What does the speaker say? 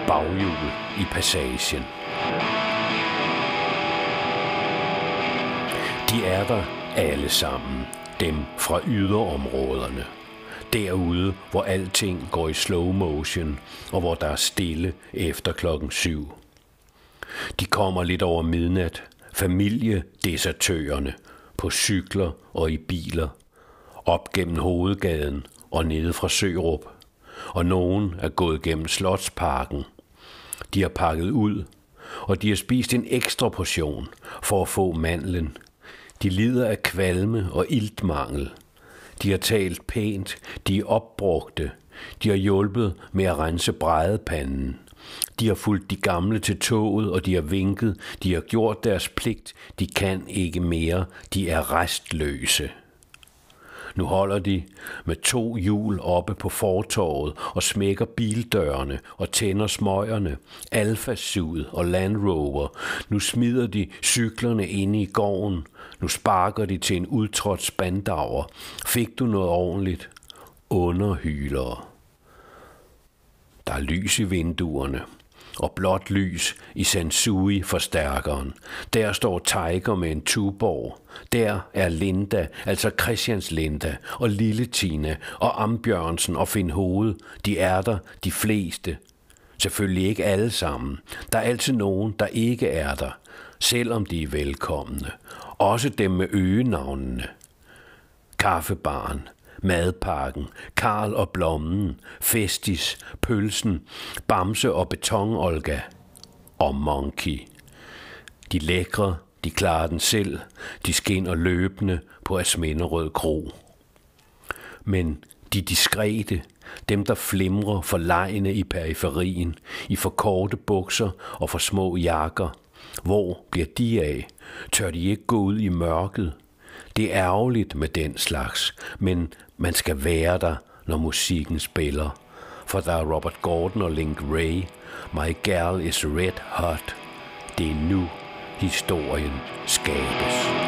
baghjul i passagen. De er der alle sammen, dem fra yderområderne. Derude, hvor alting går i slow motion, og hvor der er stille efter 7:00. De kommer lidt over midnat, familiedesertørerne, på cykler og i biler, op gennem hovedgaden og nede fra Sørup. Og nogen er gået gennem Slotsparken. De har pakket ud, og de har spist en ekstra portion for at få mandlen. De lider af kvalme og iltmangel. De har talt pænt, de er opbrugte. De har hjulpet med at rense brædepanden. De har fulgt de gamle til toget, og de har vinket. De har gjort deres pligt. De kan ikke mere. De er restløse. Nu holder de med 2 hjul oppe på fortorvet og smækker bildørene og tænder smøgerne, Alfa-Sud og Land Rover. Nu smider de cyklerne inde i gården. Nu sparker de til en udtrådt spandauer. Fik du noget ordentligt? Underhylere. Der er lys i vinduerne, og blåt lys i Sansui-forstærkeren. Der står Tiger med en Tuborg. Der er Linda, altså Christians Linda, og Lille Tina, og Ambjørnsen og Finn Hoved. De er der, de fleste. Selvfølgelig ikke alle sammen. Der er altid nogen, der ikke er der, selvom de er velkomne. Også dem med øgenavnene. Kaffebaren, madpakken, Karl og Blommen, Festis, Pølsen, Bamse og Beton-Olga og Monkey. De lækre, de klarer den selv, de skinner løbende på Asminderød Kro. Men de diskrete, dem der flimrer forlegne i periferien, i for korte bukser og for små jakker, hvor bliver de af? Tør de ikke gå ud i mørket? Det er ærgerligt med den slags, men man skal være der, når musikken spiller. For der er Robert Gordon og Link Ray. My girl is red hot. Det er nu, historien skabes.